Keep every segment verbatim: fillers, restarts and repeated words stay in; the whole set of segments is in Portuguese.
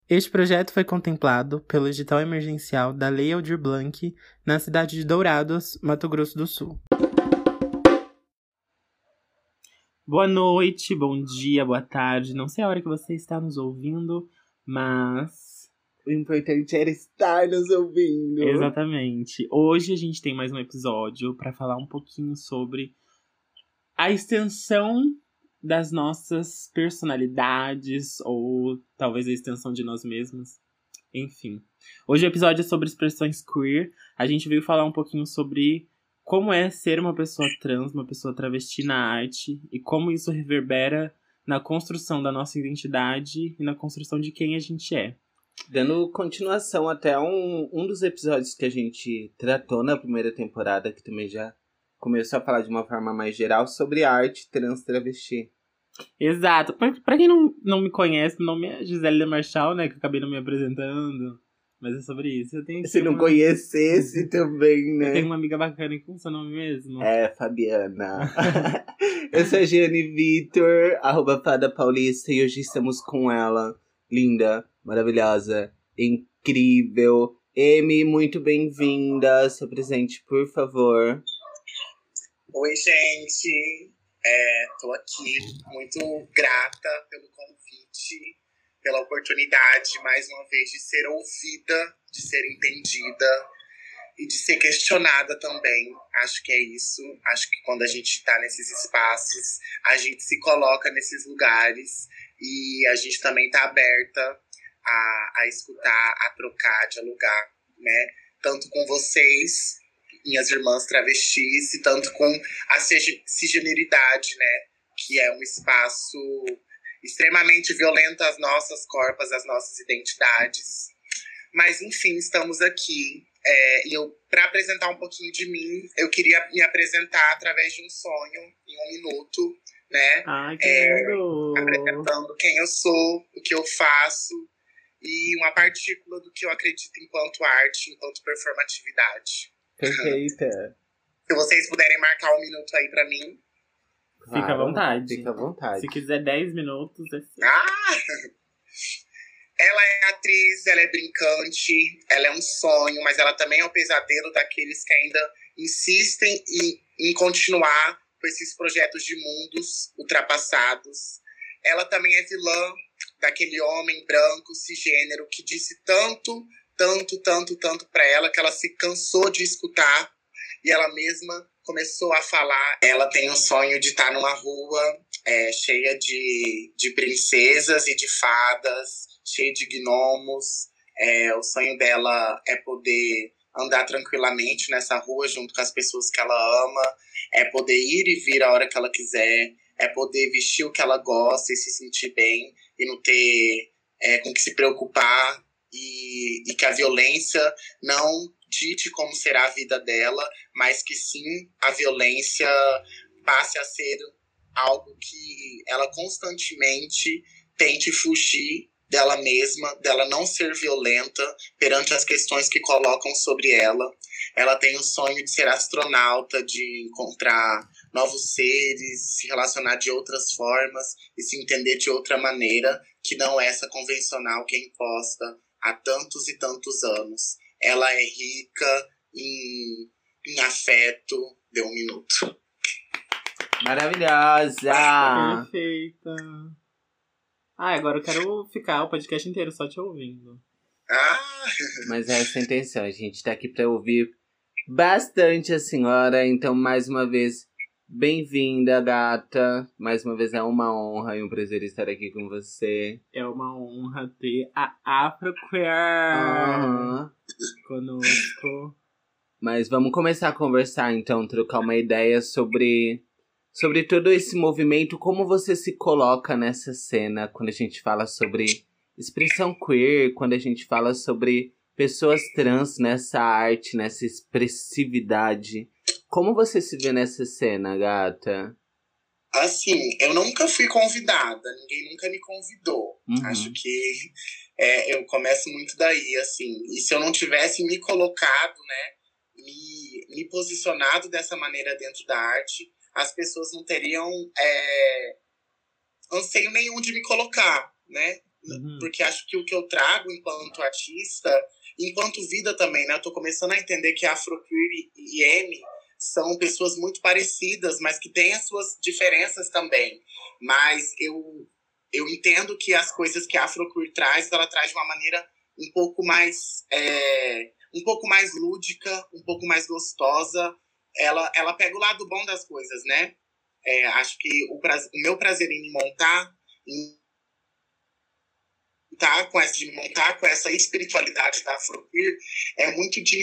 Este projeto foi contemplado pelo edital emergencial da Lei Aldir Blanc na cidade de Dourados, Mato Grosso do Sul. Boa noite, bom dia, boa tarde. Não sei a hora que você está nos ouvindo, mas o importante era estar nos ouvindo. Exatamente. Hoje a gente tem mais um episódio para falar um pouquinho sobre a extensão das nossas personalidades, ou talvez a extensão de nós mesmos. Enfim. Hoje o episódio é sobre expressões queer. A gente veio falar um pouquinho sobre como é ser uma pessoa trans, uma pessoa travesti na arte, e como isso reverbera na construção da nossa identidade e na construção de quem a gente é. Dando continuação até um, um dos episódios que a gente tratou na primeira temporada, que também já começou a falar de uma forma mais geral, sobre arte trans travesti. Exato. Pra, pra quem não, não me conhece, meu nome é Gisele Marchal, né? Que eu acabei não me apresentando. Mas é sobre isso. Eu tenho Se não uma... conhecesse também, né? Eu tenho uma amiga bacana com seu nome mesmo. É, Fabiana. Eu sou a Giane Vitor, arroba Fada Paulista, e hoje estamos com ela. Linda, maravilhosa, incrível. Emi, muito bem-vinda. Se apresente, por favor. Oi, gente. É, tô aqui muito grata pelo convite, pela oportunidade, mais uma vez, de ser ouvida, de ser entendida e de ser questionada também. Acho que é isso. Acho que quando a gente tá nesses espaços, a gente se coloca nesses lugares e a gente também tá aberta a, a escutar, a trocar, a dialogar, né? Tanto com vocês, minhas irmãs travestis, e tanto com a cisgeneridade, né? Que é um espaço extremamente violento às nossas corpas, às nossas identidades. Mas, enfim, estamos aqui. É, e eu, para apresentar um pouquinho de mim, eu queria me apresentar através de um sonho, em um minuto, né? Ai, que é, lindo! Apresentando quem eu sou, o que eu faço, e uma partícula do que eu acredito enquanto arte, enquanto performatividade. Perfeita. Se vocês puderem marcar um minuto aí pra mim. Fica claro, à vontade. Fica à vontade. Se quiser dez minutos, é assim. Ah! Ela é atriz, ela é brincante, ela é um sonho, mas ela também é um pesadelo daqueles que ainda insistem em, em continuar com esses projetos de mundos ultrapassados. Ela também é vilã daquele homem branco, cisgênero, que disse tanto, tanto, tanto, tanto pra ela, que ela se cansou de escutar e ela mesma começou a falar. Ela tem um sonho de estar numa rua é, cheia de, de princesas e de fadas, cheia de gnomos. É, o sonho dela é poder andar tranquilamente nessa rua junto com as pessoas que ela ama, é poder ir e vir a hora que ela quiser, é poder vestir o que ela gosta e se sentir bem e não ter é, com que se preocupar, e, e que a violência não dite como será a vida dela, mas que sim, a violência passe a ser algo que ela constantemente tente fugir dela mesma, dela não ser violenta perante as questões que colocam sobre ela. Ela tem o sonho de ser astronauta, de encontrar novos seres, se relacionar de outras formas e se entender de outra maneira, que não essa convencional que é imposta há tantos e tantos anos. Ela é rica em, em afeto. Deu um minuto. Maravilhosa! Perfeita! Ah, agora eu quero ficar o podcast inteiro só te ouvindo. Ah. Mas essa é a intenção. A gente tá aqui pra ouvir bastante a senhora. Então, mais uma vez, bem-vinda, gata. Mais uma vez é uma honra e um prazer estar aqui com você. É uma honra ter a Afroqueer uhum. conosco. Mas vamos começar a conversar, então, trocar uma ideia sobre... Sobre todo esse movimento, como você se coloca nessa cena quando a gente fala sobre expressão queer, quando a gente fala sobre pessoas trans nessa arte, nessa expressividade. Como você se vê nessa cena, gata? Assim, eu nunca fui convidada, ninguém nunca me convidou. Uhum. Acho que é, eu começo muito daí, assim. E se eu não tivesse me colocado, né, me, me posicionado dessa maneira dentro da arte, as pessoas não teriam é, anseio nenhum de me colocar, né? Uhum. Porque acho que o que eu trago enquanto artista, enquanto vida também, né? Eu tô começando a entender que Afroqueer e M são pessoas muito parecidas, mas que têm as suas diferenças também. Mas eu, eu entendo que as coisas que a Afroqueer traz, ela traz de uma maneira um pouco mais, é, um pouco mais lúdica, um pouco mais gostosa. Ela, ela pega o lado bom das coisas, né? É, acho que o, prazer, o meu prazer em me montar, em montar com essa, de montar com essa espiritualidade da Afroqueer, é muito de...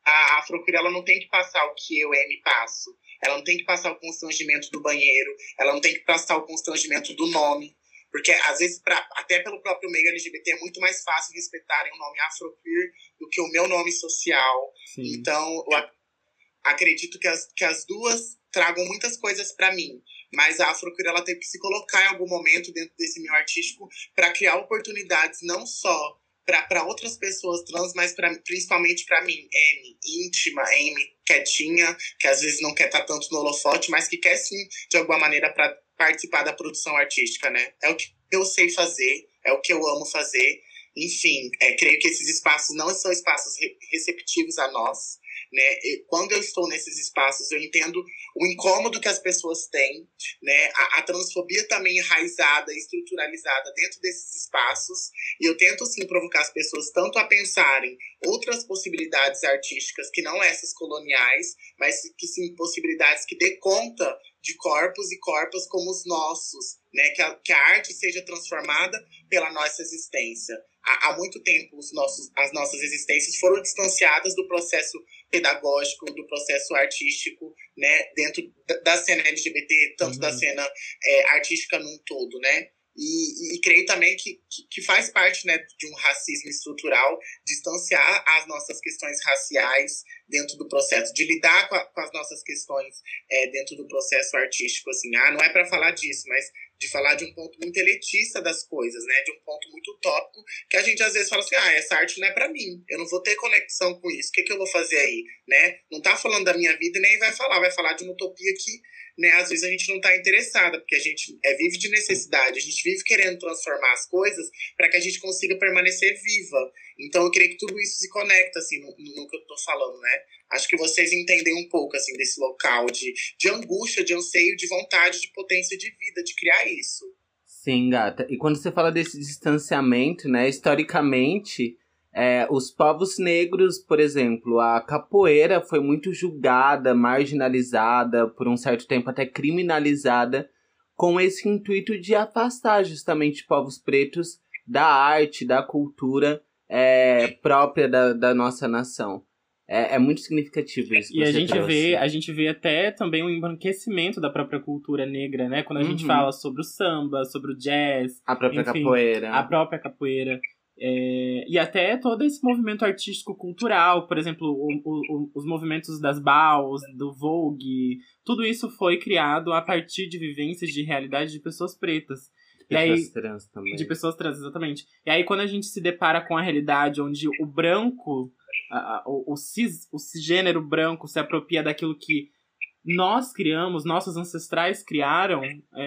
A Afroqueer, ela não tem que passar o que eu, M, passo. Ela não tem que passar o constrangimento do banheiro. Ela não tem que passar o constrangimento do nome. Porque, às vezes, pra, até pelo próprio meio L G B T, é muito mais fácil respeitarem o nome Afroqueer do que o meu nome social. Sim. Então, eu ac- acredito que as, que as duas tragam muitas coisas para mim. Mas a Afroqueer, ela teve que se colocar em algum momento dentro desse meio artístico para criar oportunidades não só para outras pessoas trans, mas pra, principalmente para mim, M, íntima, M, quietinha, que às vezes não quer estar tanto no holofote, mas que quer sim, de alguma maneira, para participar da produção artística, né? É o que eu sei fazer, é o que eu amo fazer. Enfim, é, creio que esses espaços não são espaços re- receptivos a nós, né? E quando eu estou nesses espaços, eu entendo o incômodo que as pessoas têm, né? A, a transfobia também enraizada, estruturalizada dentro desses espaços, e eu tento, sim, provocar as pessoas tanto a pensarem outras possibilidades artísticas que não essas coloniais, mas que sim, possibilidades que dê conta de corpos e corpas como os nossos, né? Que a, que a arte seja transformada pela nossa existência. Há, há muito tempo, os nossos, as nossas existências foram distanciadas do processo pedagógico, do processo artístico, né? Dentro da, da cena L G B T, tanto Uhum. da cena é, artística num todo, né? E, e, e creio também que, que, que faz parte, né, de um racismo estrutural distanciar as nossas questões raciais dentro do processo, de lidar com, a, com as nossas questões é, dentro do processo artístico, assim. Ah, não é para falar disso, mas de falar de um ponto muito elitista das coisas, né, de um ponto muito utópico, que a gente às vezes fala assim, ah, essa arte não é para mim, eu não vou ter conexão com isso, o que, que eu vou fazer aí, né? Não tá falando da minha vida e nem vai falar, vai falar de uma utopia que, né, às vezes a gente não tá interessada, porque a gente é, vive de necessidade, a gente vive querendo transformar as coisas para que a gente consiga permanecer viva. Então eu creio que tudo isso se conecta, assim, no, no que eu tô falando, né? Acho que vocês entendem um pouco, assim, desse local de, de angústia, de anseio, de vontade, de potência de vida, de criar isso. Sim, gata. E quando você fala desse distanciamento, né, historicamente, é, os povos negros, por exemplo, a capoeira foi muito julgada, marginalizada, por um certo tempo até criminalizada, com esse intuito de afastar justamente povos pretos da arte, da cultura é, própria da, da nossa nação. É, é muito significativo isso que E a você gente trouxe. vê, a gente vê até também o embranquecimento da própria cultura negra, né? Quando a gente Uhum. fala sobre o samba, sobre o jazz, A própria enfim, capoeira. a própria capoeira. É, e até todo esse movimento artístico-cultural, por exemplo, o, o, o, os movimentos das baus, do Vogue, tudo isso foi criado a partir de vivências de realidade de pessoas pretas. De E aí, pessoas trans também. de pessoas trans, exatamente. E aí, quando a gente se depara com a realidade onde o branco, a, a, o, o, cis, o cisgênero branco se apropria daquilo que nós criamos, nossos ancestrais criaram,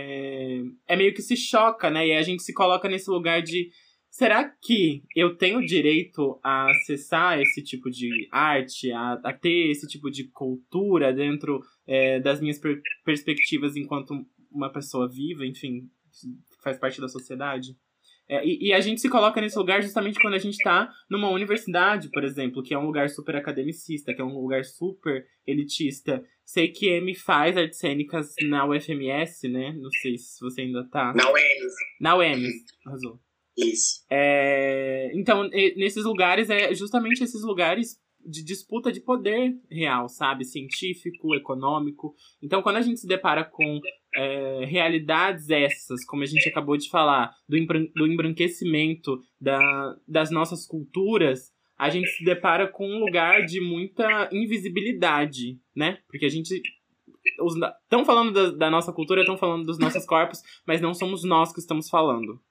é, é meio que se choca, né? E a gente se coloca nesse lugar de... Será que eu tenho direito a acessar esse tipo de arte, a, a ter esse tipo de cultura dentro é, das minhas per- perspectivas enquanto uma pessoa viva, enfim, que faz parte da sociedade? É, e, e a gente se coloca nesse lugar justamente quando a gente tá numa universidade, por exemplo, que é um lugar super academicista, que é um lugar super elitista. Sei que M faz artes cênicas na U F M S, né? Não sei se você ainda tá. Na U E M. Na U E M, arrasou. Isso. É, então, e- nesses lugares, é justamente esses lugares de disputa de poder real, sabe? Científico, econômico. Então, quando a gente se depara com é, realidades essas, como a gente acabou de falar, do, embran- do embranquecimento da, das nossas culturas, a gente se depara com um lugar de muita invisibilidade, né? Porque a gente... Estão falando da, da nossa cultura, estão falando dos nossos corpos, mas não somos nós que estamos falando.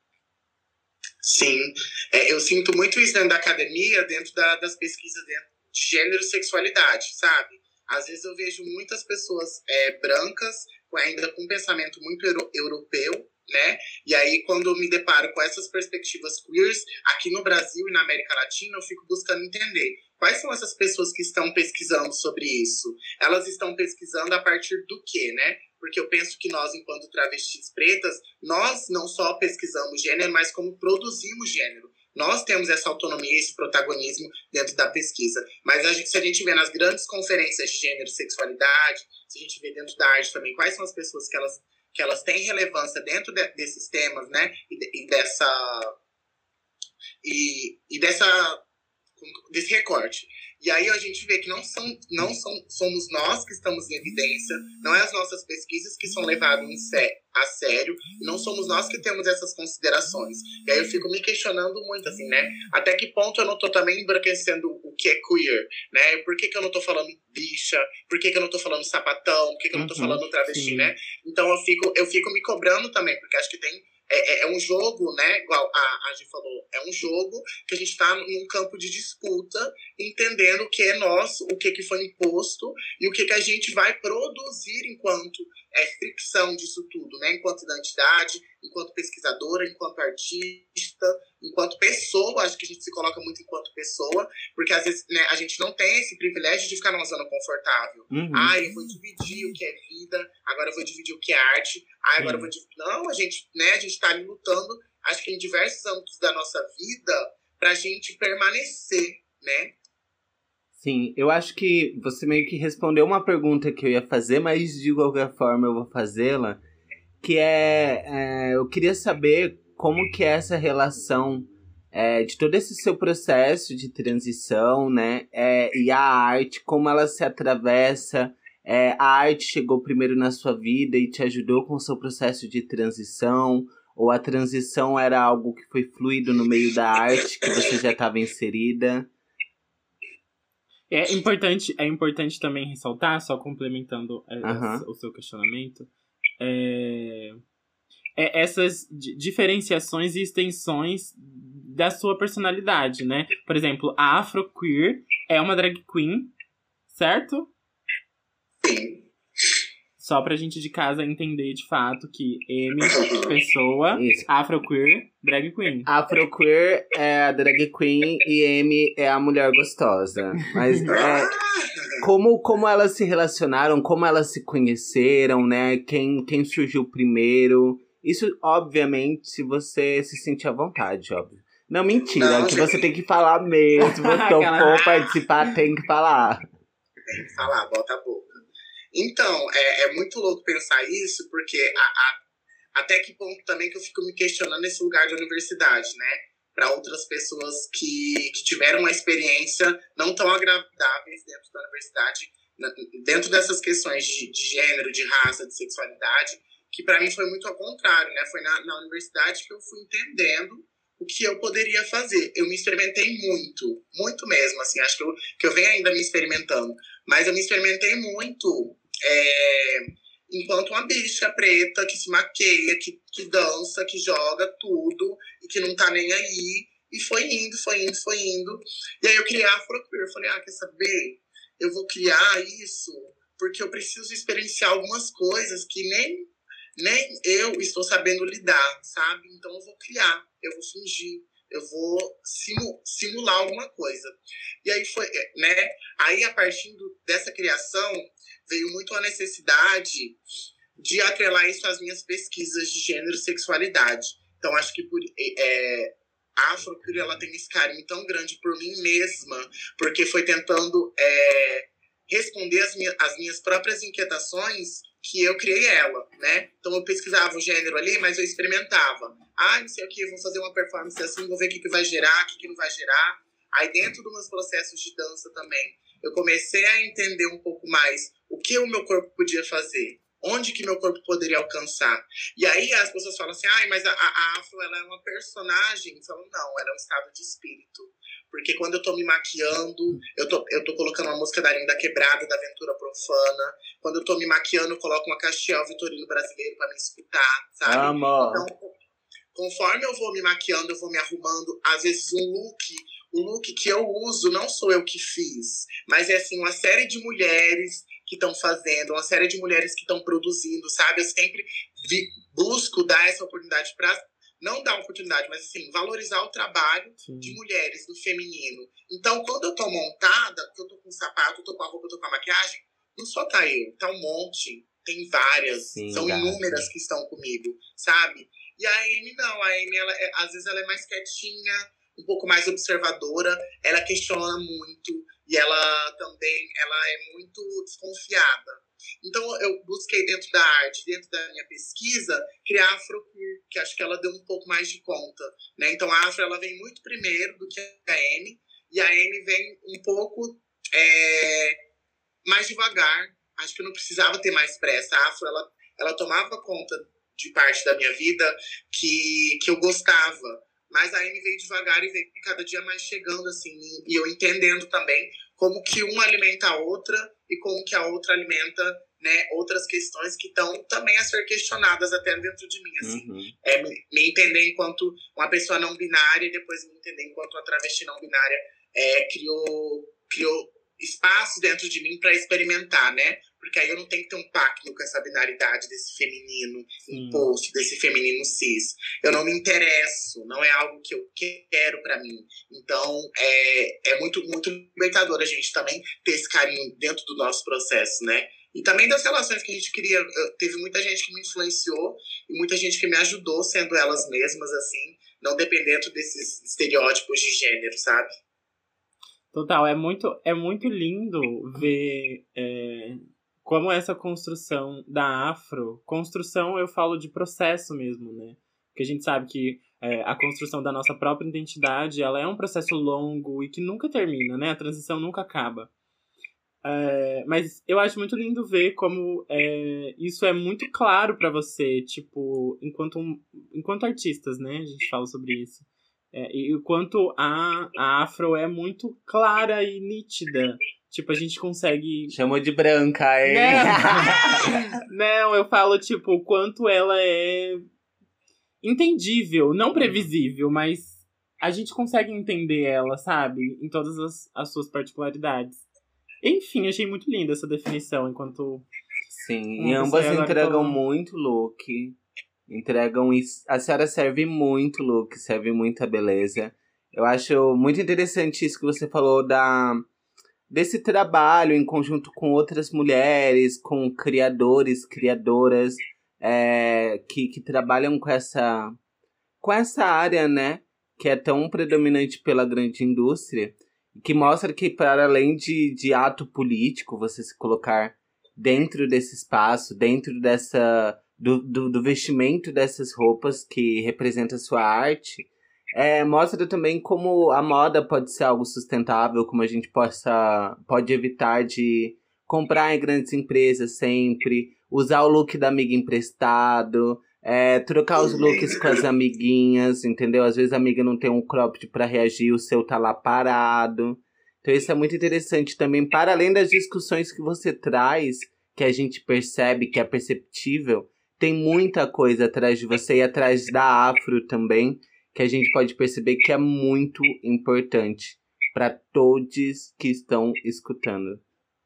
Sim, é, eu sinto muito isso dentro da academia, dentro da, das pesquisas dentro de gênero e sexualidade, sabe? Às vezes eu vejo muitas pessoas é, brancas, ainda com um pensamento muito euro, europeu, né? E aí, quando eu me deparo com essas perspectivas queers, aqui no Brasil e na América Latina, eu fico buscando entender quais são essas pessoas que estão pesquisando sobre isso. Elas estão pesquisando a partir do quê, né? Porque eu penso que nós, enquanto travestis pretas, nós não só pesquisamos gênero, mas como produzimos gênero. Nós temos essa autonomia, esse protagonismo dentro da pesquisa. Mas a gente, se a gente vê nas grandes conferências de gênero e sexualidade, se a gente vê dentro da arte também, quais são as pessoas que elas, que elas têm relevância dentro de, desses temas, né? E, de, e dessa... E, e dessa... desse recorte. E aí a gente vê que não, são, não são, somos nós que estamos em evidência, não é as nossas pesquisas que são levadas em sé, a sério, e não somos nós que temos essas considerações. E aí eu fico me questionando muito, assim, né? Até que ponto eu não tô também embranquecendo o que é queer, né? Por que que eu não tô falando bicha? Por que que eu não tô falando sapatão? Por que que eu não tô Uhum, falando travesti, sim. né? Então eu fico, eu fico me cobrando também, porque acho que tem... É, é um jogo, né? Igual a, a Gi falou, é um jogo que a gente está num campo de disputa, entendendo o que é nosso, o que, que foi imposto e o que, que a gente vai produzir enquanto é, fricção disso tudo, né? Enquanto identidade, enquanto pesquisadora, enquanto artista, enquanto pessoa. Acho que a gente se coloca muito enquanto pessoa, porque às vezes, né, a gente não tem esse privilégio de ficar numa zona confortável. Uhum. Ah, eu vou dividir o que é vida, agora eu vou dividir o que é arte, ah, agora eu vou dividir... Não, a gente, né, a gente está ali lutando, acho que em diversos âmbitos da nossa vida, pra gente permanecer, né? Sim, eu acho que você meio que respondeu uma pergunta que eu ia fazer, mas de qualquer forma eu vou fazê-la, que é, é, eu queria saber como que é essa relação é, de todo esse seu processo de transição, né, é, e a arte, como ela se atravessa, é, a arte chegou primeiro na sua vida e te ajudou com o seu processo de transição, ou a transição era algo que foi fluido no meio da arte, que você já estava inserida? É importante, é importante também ressaltar, só complementando é, Uhum. essa- o seu questionamento, é, é essas di- diferenciações e extensões da sua personalidade, né? Por exemplo, a Afroqueer é uma drag queen, certo? Sim. Só pra gente de casa entender de fato que M, pessoa, Isso. Afroqueer, drag queen. Afroqueer é a drag queen e M é a mulher gostosa. Mas é, como, como elas se relacionaram, como elas se conheceram, né? Quem, quem surgiu primeiro. Isso, obviamente, se você se sentir à vontade, óbvio. Não, mentira, Não, que gente. você tem que falar mesmo. Se Aquela- for participar, tem que falar. Tem que falar, bota a boca. Então, é, é muito louco pensar isso, porque a, a, até que ponto também que eu fico me questionando nesse lugar de universidade, né? Para outras pessoas que, que tiveram uma experiência não tão agradáveis dentro da universidade, na- dentro dessas questões de, de gênero, de raça, de sexualidade, que para mim foi muito ao contrário, né? Foi na, na universidade que eu fui entendendo o que eu poderia fazer. Eu me experimentei muito, muito mesmo, assim, acho que eu, que eu venho ainda me experimentando. Mas eu me experimentei muito é, enquanto uma bicha preta que se maqueia, que, que dança, que joga tudo e que não tá nem aí. E foi indo, foi indo, foi indo. E aí eu criei a Afroqueer. Eu falei, ah, quer saber? Eu vou criar isso porque eu preciso experienciar algumas coisas que nem, nem eu estou sabendo lidar, sabe? Então eu vou criar, eu vou fingir. Eu vou simu, simular alguma coisa. E aí foi, né? Aí, a partir do, dessa criação, veio muito a necessidade de atrelar isso às minhas pesquisas de gênero e sexualidade. Então, acho que por, é, a Afroqueer, ela tem esse carinho tão grande por mim mesma, porque foi tentando é, responder as minhas, as minhas próprias inquietações que eu criei ela, né? Então eu pesquisava o gênero ali, mas eu experimentava. Ah, não sei o que, vou fazer uma performance assim, vou ver o que, que vai gerar, o que, que não vai gerar. Aí dentro dos meus processos de dança também, eu comecei a entender um pouco mais o que o meu corpo podia fazer, onde que meu corpo poderia alcançar. E aí as pessoas falam assim, ah, mas a, a Afro, ela é uma personagem. Eu falo, não, ela é um estado de espírito. Porque quando eu tô me maquiando, eu tô, eu tô colocando uma música da Linda Quebrada, da Aventura Profana. Quando eu tô me maquiando, eu coloco uma Castiel Vitorino brasileiro pra me escutar, sabe? Amo. Então, conforme eu vou me maquiando, eu vou me arrumando. Às vezes um look, o look que eu uso não sou eu que fiz, mas é assim, uma série de mulheres que estão fazendo, uma série de mulheres que estão produzindo, sabe? Eu sempre vi, busco dar essa oportunidade para não dar oportunidade, mas assim, valorizar o trabalho Sim. de mulheres, do feminino. Então, quando eu tô montada, que eu tô com o sapato, eu tô com a roupa, eu tô com a maquiagem, não só tá eu, tá um monte, tem várias, Sim, são verdade. inúmeras que estão comigo, sabe? E a Amy não, a Amy, ela, é, às vezes ela é mais quietinha, um pouco mais observadora, ela questiona muito, e ela também, ela é muito desconfiada. Então, eu busquei dentro da arte, dentro da minha pesquisa, criar a Afro Queer, que acho que ela deu um pouco mais de conta, né? Então, a Afro, ela vem muito primeiro do que a Amy, e a Amy vem um pouco é, mais devagar. Acho que eu não precisava ter mais pressa. A Afro, ela, ela tomava conta de parte da minha vida que, que eu gostava. Mas a Amy veio devagar e veio cada dia mais chegando, assim, e eu entendendo também como que uma alimenta a outra e como que a outra alimenta, né, outras questões que estão também a ser questionadas até dentro de mim, assim. Uhum. É, me, me entender enquanto uma pessoa não binária e depois me entender enquanto uma travesti não binária é, criou, criou espaço dentro de mim para experimentar, né? Porque aí eu não tenho que ter um pacto com essa binaridade desse feminino Sim. imposto, desse feminino cis. Eu não me interesso, não é algo que eu quero para mim. Então, é, é muito, muito libertador a gente também ter esse carinho dentro do nosso processo, né? E também das relações que a gente queria. Teve muita gente que me influenciou e muita gente que me ajudou sendo elas mesmas, assim, não dependendo desses estereótipos de gênero, sabe? Total, é muito, é muito lindo ver é, como essa construção da Afro... Construção, eu falo de processo mesmo, né? Porque a gente sabe que é, a construção da nossa própria identidade, ela é um processo longo e que nunca termina, né? A transição nunca acaba. É, mas eu acho muito lindo ver como é, isso é muito claro pra você, tipo, enquanto, um, enquanto artistas, né? A gente fala sobre isso. É, e o quanto a, a Afro é muito clara e nítida. Tipo, a gente consegue... Chamou de branca, hein? Não, não, eu falo, tipo, o quanto ela é entendível, não previsível, mas a gente consegue entender ela, sabe? Em todas as, as suas particularidades. Enfim, achei muito linda essa definição, enquanto... Sim, e ambas entregam tô... muito look. Entregam isso. A senhora serve muito look, serve muita beleza. Eu acho muito interessante isso que você falou da, desse trabalho em conjunto com outras mulheres, com criadores, criadoras é, que, que trabalham com essa, com essa área, né? Que é tão predominante pela grande indústria. Que mostra que, para além de, de ato político, você se colocar dentro desse espaço, dentro dessa... Do, do, do vestimento dessas roupas que representa a sua arte, é, mostra também como a moda pode ser algo sustentável, como a gente possa, pode evitar de comprar em grandes empresas sempre, usar o look da amiga emprestado, é, trocar os looks com as amiguinhas, entendeu? Às vezes a amiga não tem um cropped pra reagir, o seu tá lá parado. Então isso é muito interessante também, para além das discussões que você traz, que a gente percebe, que é perceptível, tem muita coisa atrás de você e atrás da Afro também, que a gente pode perceber que é muito importante para todos que estão escutando.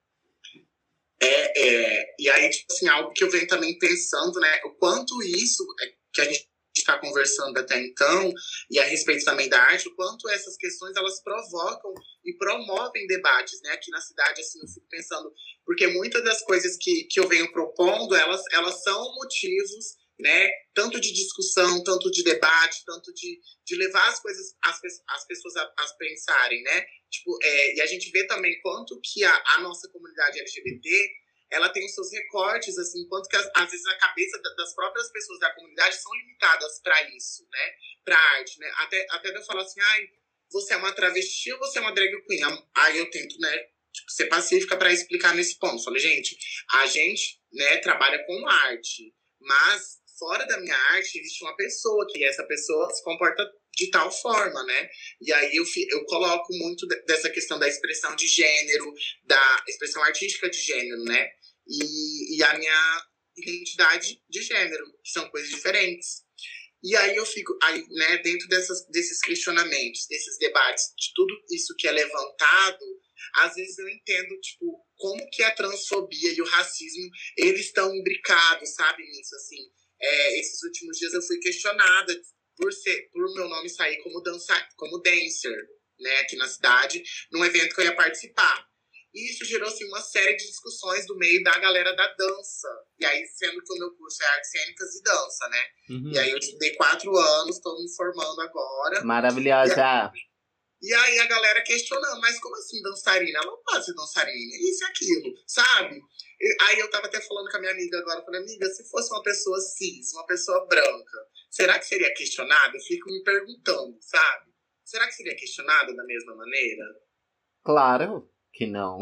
É, é, e aí, tipo assim, algo que eu venho também pensando, né, o quanto isso que a gente está conversando até então, e a respeito também da arte, o quanto essas questões, elas provocam e promovem debates, né, aqui na cidade, assim, eu fico pensando, porque muitas das coisas que, que eu venho propondo, elas, elas são motivos, né, tanto de discussão, tanto de debate, tanto de, de levar as coisas, as, as pessoas a, a pensarem, né, tipo, é, e a gente vê também quanto que a, a nossa comunidade L G B T, ela tem os seus recortes, assim, quanto que às vezes a cabeça das próprias pessoas da comunidade são limitadas para isso, né, para arte, né, até, até eu falar assim, ai, você é uma travesti ou você é uma drag queen? Aí eu tento, né, tipo, ser pacífica para explicar nesse ponto. Falei, gente, a gente, né, trabalha com arte, mas fora da minha arte existe uma pessoa que essa pessoa se comporta de tal forma, né? E aí eu, eu coloco muito dessa questão da expressão de gênero, da expressão artística de gênero, né? E, e a minha identidade de gênero, que são coisas diferentes. E aí eu fico, aí, né, dentro dessas, desses questionamentos, desses debates, de tudo isso que é levantado, às vezes eu entendo, tipo, como que a transfobia e o racismo, eles estão imbricados, sabe, nisso, assim. É, esses últimos dias eu fui questionada por, ser, por meu nome sair como, dança, como dancer, né, aqui na cidade, num evento que eu ia participar. E isso gerou, assim, uma série de discussões do meio da galera da dança. E aí, sendo que o meu curso é artes cênicas e dança, né? Uhum. E aí eu estudei quatro anos, estou me formando agora. Maravilhosa! E aí a galera questionando, mas como assim dançarina? Ela não pode ser dançarina, isso e aquilo, sabe? E aí eu tava até falando com a minha amiga agora, falei, amiga, se fosse uma pessoa cis, uma pessoa branca, será que seria questionada? Eu fico me perguntando, sabe? Será que seria questionada da mesma maneira? Claro que não.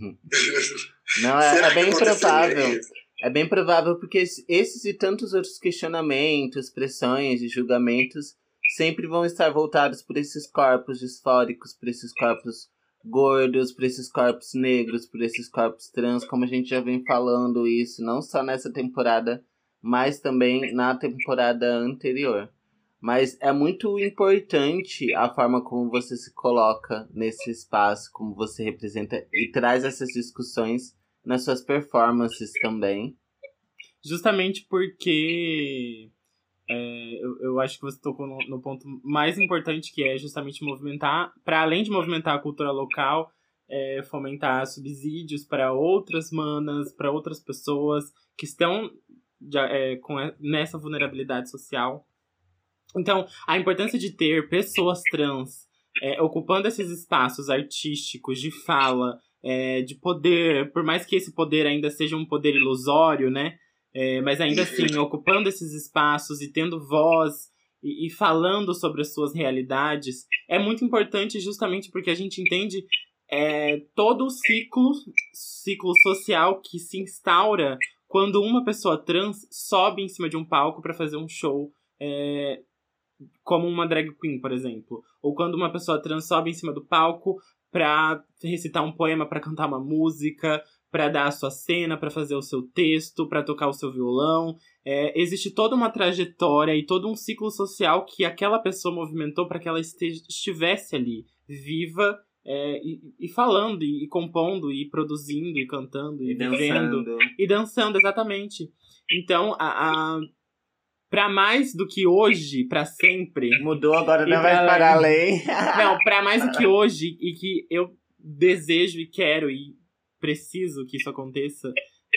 Não, é, é bem provável. Isso? É bem provável porque esses e tantos outros questionamentos, pressões e julgamentos sempre vão estar voltados por esses corpos disfóricos, por esses corpos gordos, por esses corpos negros, por esses corpos trans, como a gente já vem falando isso, não só nessa temporada, mas também na temporada anterior. Mas é muito importante a forma como você se coloca nesse espaço, como você representa e traz essas discussões nas suas performances também. Justamente porque é, eu, eu acho que você tocou no, no ponto mais importante, que é justamente movimentar, para além de movimentar a cultura local, é, fomentar subsídios para outras manas, para outras pessoas que estão já, é, com, nessa vulnerabilidade social. Então, a importância de ter pessoas trans é, ocupando esses espaços artísticos de fala, é, de poder, por mais que esse poder ainda seja um poder ilusório, né? É, mas ainda assim, ocupando esses espaços e tendo voz e, e falando sobre as suas realidades, é muito importante justamente porque a gente entende é, todo o ciclo, ciclo social que se instaura quando uma pessoa trans sobe em cima de um palco para fazer um show, é, como uma drag queen, por exemplo. Ou quando uma pessoa trans sobe em cima do palco pra recitar um poema, pra cantar uma música, pra dar a sua cena, pra fazer o seu texto, pra tocar o seu violão. É, existe toda uma trajetória e todo um ciclo social que aquela pessoa movimentou para que ela este- estivesse ali, viva, é, e, e falando, e, e compondo, e produzindo, e cantando, e, E vivendo. dançando. E dançando, exatamente. Então, a... a pra mais do que hoje, pra sempre. Mudou, agora E não vai pra- parar a lei. Não, pra mais do que hoje, e que eu desejo e quero e preciso que isso aconteça.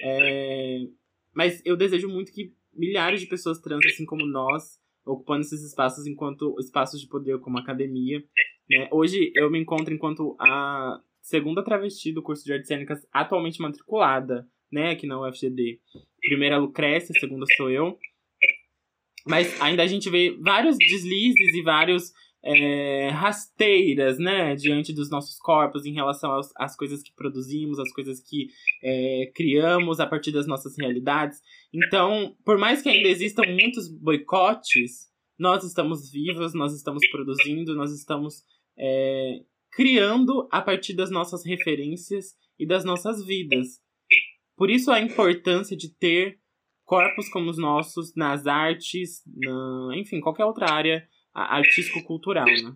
é, Mas eu desejo muito que milhares de pessoas trans, assim como nós, ocupando esses espaços enquanto espaços de poder, como academia. Né? Hoje eu me encontro enquanto a segunda travesti do curso de artes cênicas atualmente matriculada, né, aqui na U F G D. Primeira é a Lucrécia, a segunda sou eu. Mas ainda a gente vê vários deslizes e vários é, rasteiras, né, diante dos nossos corpos em relação aos, às coisas que produzimos, às coisas que é, criamos a partir das nossas realidades. Então, por mais que ainda existam muitos boicotes, nós estamos vivos, nós estamos produzindo, nós estamos é, criando a partir das nossas referências e das nossas vidas. Por isso a importância de ter corpos como os nossos nas artes, na, enfim, qualquer outra área artístico-cultural, né?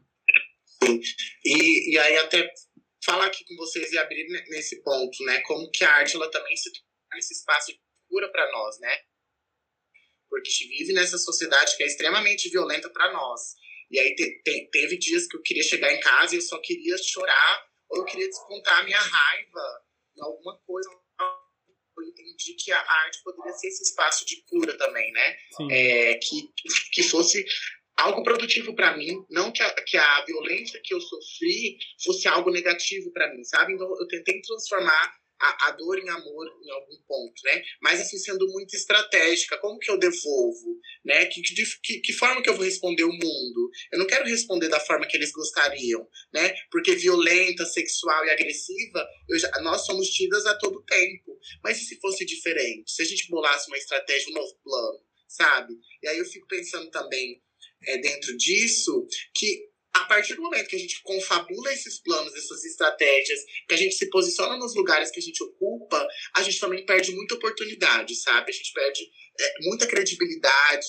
E, e aí até falar aqui com vocês e abrir nesse ponto, né? Como que a arte ela também se torna esse espaço de cura para nós, né? Porque a gente vive nessa sociedade que é extremamente violenta para nós. E aí te, te, teve dias que eu queria chegar em casa e eu só queria chorar ou eu queria descontar a minha raiva em alguma coisa. Eu entendi que a arte poderia ser esse espaço de cura também, né? É, que, que fosse algo produtivo para mim, não que a, que a violência que eu sofri fosse algo negativo para mim, sabe? Então eu tentei transformar a, a dor em amor em algum ponto, né? Mas assim, sendo muito estratégica, como que eu devolvo, né? Que, que, que forma que eu vou responder o mundo? Eu não quero responder da forma que eles gostariam, né? Porque violenta, sexual e agressiva, eu já, nós somos tidas a todo tempo. Mas e se fosse diferente? Se a gente bolasse uma estratégia, um novo plano, sabe? E aí eu fico pensando também, é, dentro disso, que a partir do momento que a gente confabula esses planos, essas estratégias, que a gente se posiciona nos lugares que a gente ocupa, a gente também perde muita oportunidade, sabe? A gente perde é, muita credibilidade,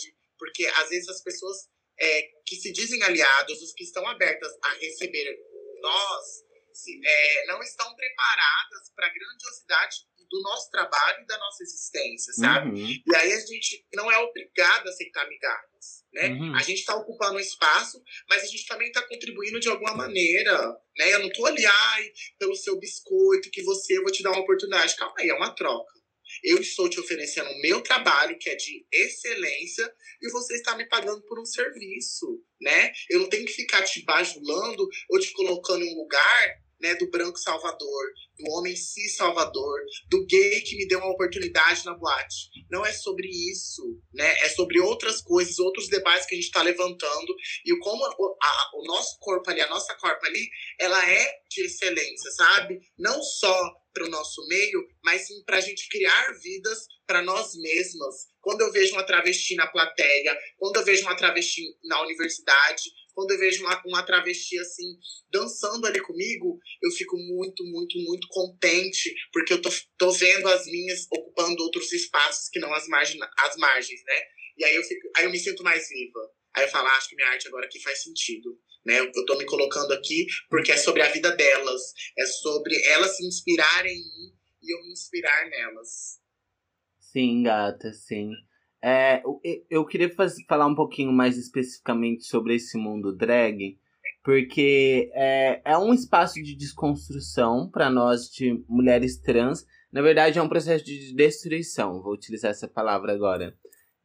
Porque às vezes as pessoas é, que se dizem aliados, os que estão abertas a receber nós, se, é, não estão preparadas para a grandiosidade do nosso trabalho e da nossa existência, sabe? Uhum. E aí a gente não é obrigado a aceitar migalhas, né? Uhum. A gente está ocupando um espaço, mas a gente também está contribuindo de alguma maneira, né? Eu não tô ali, ai, pelo seu biscoito, que você, eu vou te dar uma oportunidade. Calma aí, é uma troca. Eu estou te oferecendo o meu trabalho, que é de excelência, e você está me pagando por um serviço, né? Eu não tenho que ficar te bajulando ou te colocando em um lugar, né, do branco salvador, do homem cis salvador, do gay que me deu uma oportunidade na boate. Não é sobre isso, né? É sobre outras coisas, outros debates que a gente está levantando, e como o, a, o nosso corpo ali, a nossa corpo ali, ela é de excelência, sabe? Não só para o nosso meio, mas sim para a gente criar vidas para nós mesmas. Quando eu vejo uma travesti na plateia, quando eu vejo uma travesti na universidade, quando eu vejo uma, uma travesti assim, dançando ali comigo, eu fico muito, muito, muito contente, porque eu tô, tô vendo as minhas ocupando outros espaços que não as, margin, as margens, né? E aí eu, fico, aí eu me sinto mais viva. Aí eu falo, ah, acho que minha arte agora aqui faz sentido. Né? Eu tô me colocando aqui porque é sobre a vida delas. É sobre elas se inspirarem em mim e eu me inspirar nelas. Sim, gata, sim. É, eu, eu queria faz, falar um pouquinho mais especificamente sobre esse mundo drag, porque é, é um espaço de desconstrução para nós, de mulheres trans. Na verdade, é um processo de destruição, vou utilizar essa palavra agora.